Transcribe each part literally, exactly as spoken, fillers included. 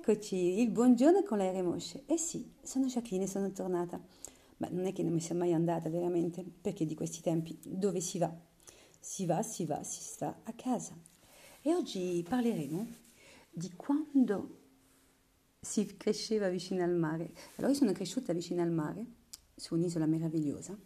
Eccoci, il buongiorno con l'aereo Mosce. Eh sì, sono Jacqueline, sono tornata. Ma non è che non mi sia mai andata veramente, perché di questi tempi dove si va? Si va, si va, si sta a casa. E oggi parleremo di quando si cresceva vicino al mare. Allora, io sono cresciuta vicino al mare, su un'isola meravigliosa,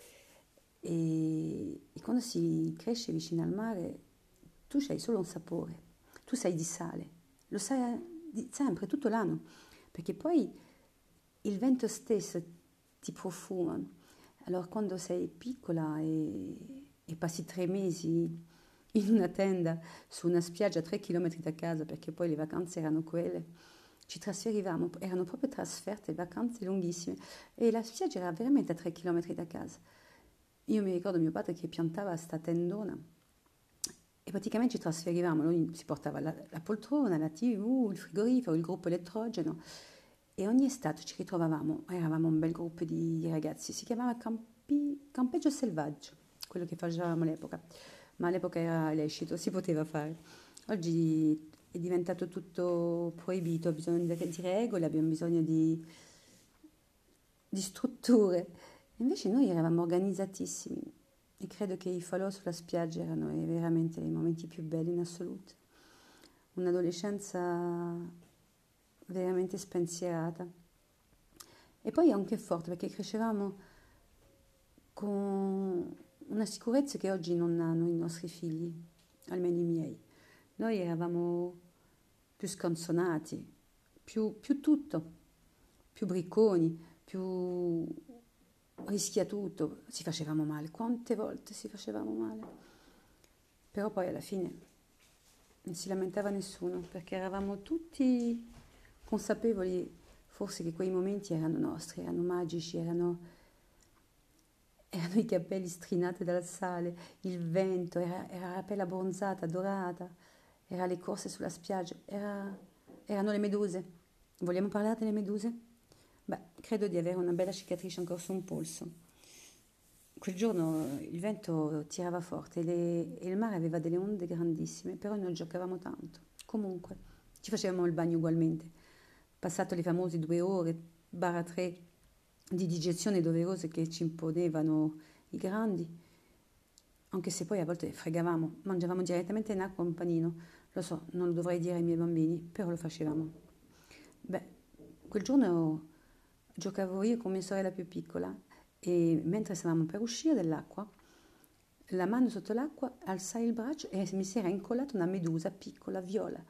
e, e quando si cresce vicino al mare, tu hai solo un sapore, tu sai di sale, lo sai di- sempre, tutto l'anno, perché poi il vento stesso ti profuma. Allora, quando sei piccola e, e passi tre mesi in una tenda su una spiaggia a tre chilometri da casa, perché poi le vacanze erano quelle, ci trasferivamo, erano proprio trasferte, vacanze lunghissime, e la spiaggia era veramente a tre chilometri da casa. Io mi ricordo mio padre che piantava sta tendona e praticamente ci trasferivamo, lui si portava la, la poltrona, la tivù, il frigorifero, il gruppo elettrogeno e ogni estate ci ritrovavamo, eravamo un bel gruppo di, di ragazzi, si chiamava campi- campeggio selvaggio, quello che facevamo all'epoca, ma all'epoca era lecito, si poteva fare. Oggi è diventato tutto proibito, ha bisogno di, di regole, abbiamo bisogno di, di strutture. Invece noi eravamo organizzatissimi e credo che i falò sulla spiaggia erano eh, veramente i momenti più belli in assoluto. Un'adolescenza veramente spensierata. E poi anche forte perché crescevamo con una sicurezza che oggi non hanno i nostri figli, almeno i miei. Noi eravamo più scanzonati, più, più tutto, più bricconi, più rischia tutto, ci facevamo male, quante volte ci facevamo male, però poi alla fine non si lamentava nessuno perché eravamo tutti consapevoli forse che quei momenti erano nostri, erano magici, erano, erano i capelli strinati dal sale, il vento, era, era la pelle abbronzata, dorata, erano le corse sulla spiaggia, era, erano le meduse. Vogliamo parlare delle meduse? Beh, credo di avere una bella cicatrice ancora su un polso. Quel giorno il vento tirava forte e, le- e il mare aveva delle onde grandissime, però noi giocavamo tanto. Comunque, ci facevamo il bagno ugualmente. Passato le famose due ore, barra tre, di digestione doverose che ci imponevano i grandi, anche se poi a volte fregavamo, mangiavamo direttamente in acqua un panino. Lo so, non lo dovrei dire ai miei bambini, però lo facevamo. Beh, quel giorno giocavo io con mia sorella più piccola e mentre stavamo per uscire dall'acqua, la mano sotto l'acqua, alzai il braccio e mi si era incollata una medusa piccola, viola,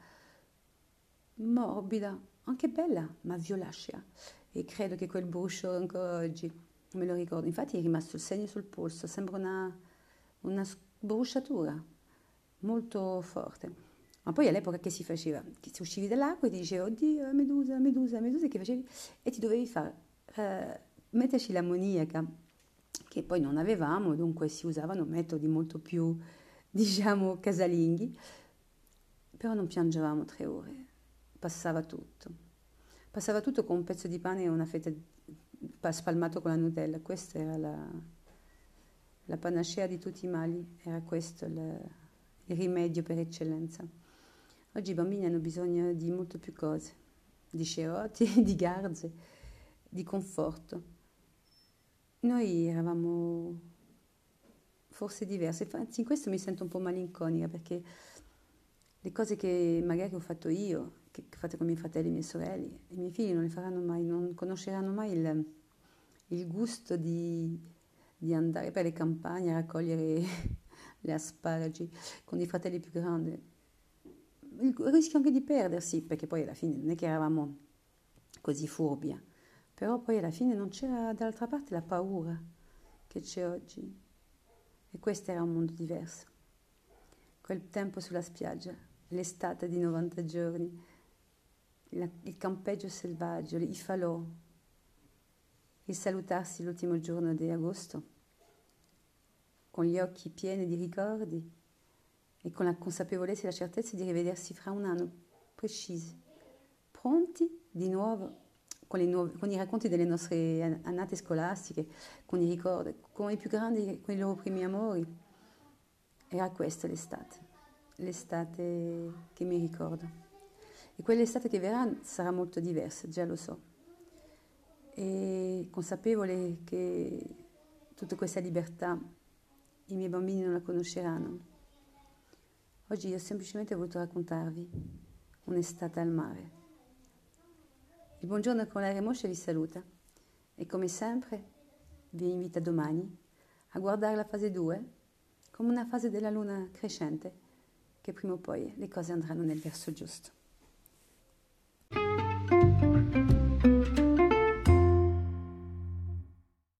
morbida, anche bella, ma violacea. E credo che quel bruscio ancora oggi me lo ricordo. Infatti è rimasto il segno sul polso, sembra una, una sbrusciatura molto forte. Ma poi all'epoca che si faceva? Che se uscivi dall'acqua e ti dicevo, oddio, la medusa, la medusa, la medusa, che facevi? E ti dovevi fare, eh, metterci l'ammoniaca, che poi non avevamo, dunque si usavano metodi molto più, diciamo, casalinghi, però non piangevamo tre ore, passava tutto. Passava tutto con un pezzo di pane e una fetta pa- spalmato con la Nutella. Questa era la, la panacea di tutti i mali, era questo il, il rimedio per eccellenza. Oggi i bambini hanno bisogno di molto più cose, di scerotti, di garze, di conforto. Noi eravamo forse diversi, infatti in questo mi sento un po' malinconica perché le cose che magari ho fatto io, che che fate con i miei fratelli e le mie sorelle, i miei figli non le faranno mai, non conosceranno mai il, il gusto di, di andare per le campagne a raccogliere le asparagi con i fratelli più grandi. Il rischio anche di perdersi, perché poi alla fine non è che eravamo così furbi, eh. Però poi alla fine non c'era dall'altra parte la paura che c'è oggi. E questo era un mondo diverso. Quel tempo sulla spiaggia, l'estate di novanta giorni, la- il campeggio selvaggio, i falò, il salutarsi l'ultimo giorno di agosto, con gli occhi pieni di ricordi e con la consapevolezza e la certezza di rivedersi fra un anno precisi, pronti di nuovo con, le nuove- con i racconti delle nostre an- annate scolastiche, con i ricordi, con i più grandi, con i loro primi amori. Era questa l'estate, l'estate che mi ricordo. E quell'estate che verrà sarà molto diversa, già lo so. E consapevole che tutta questa libertà i miei bambini non la conosceranno. Oggi io ho semplicemente voluto raccontarvi un'estate al mare. Il buongiorno con l'aria moscia vi saluta e come sempre vi invita domani a guardare la fase due come una fase della luna crescente, che prima o poi le cose andranno nel verso giusto.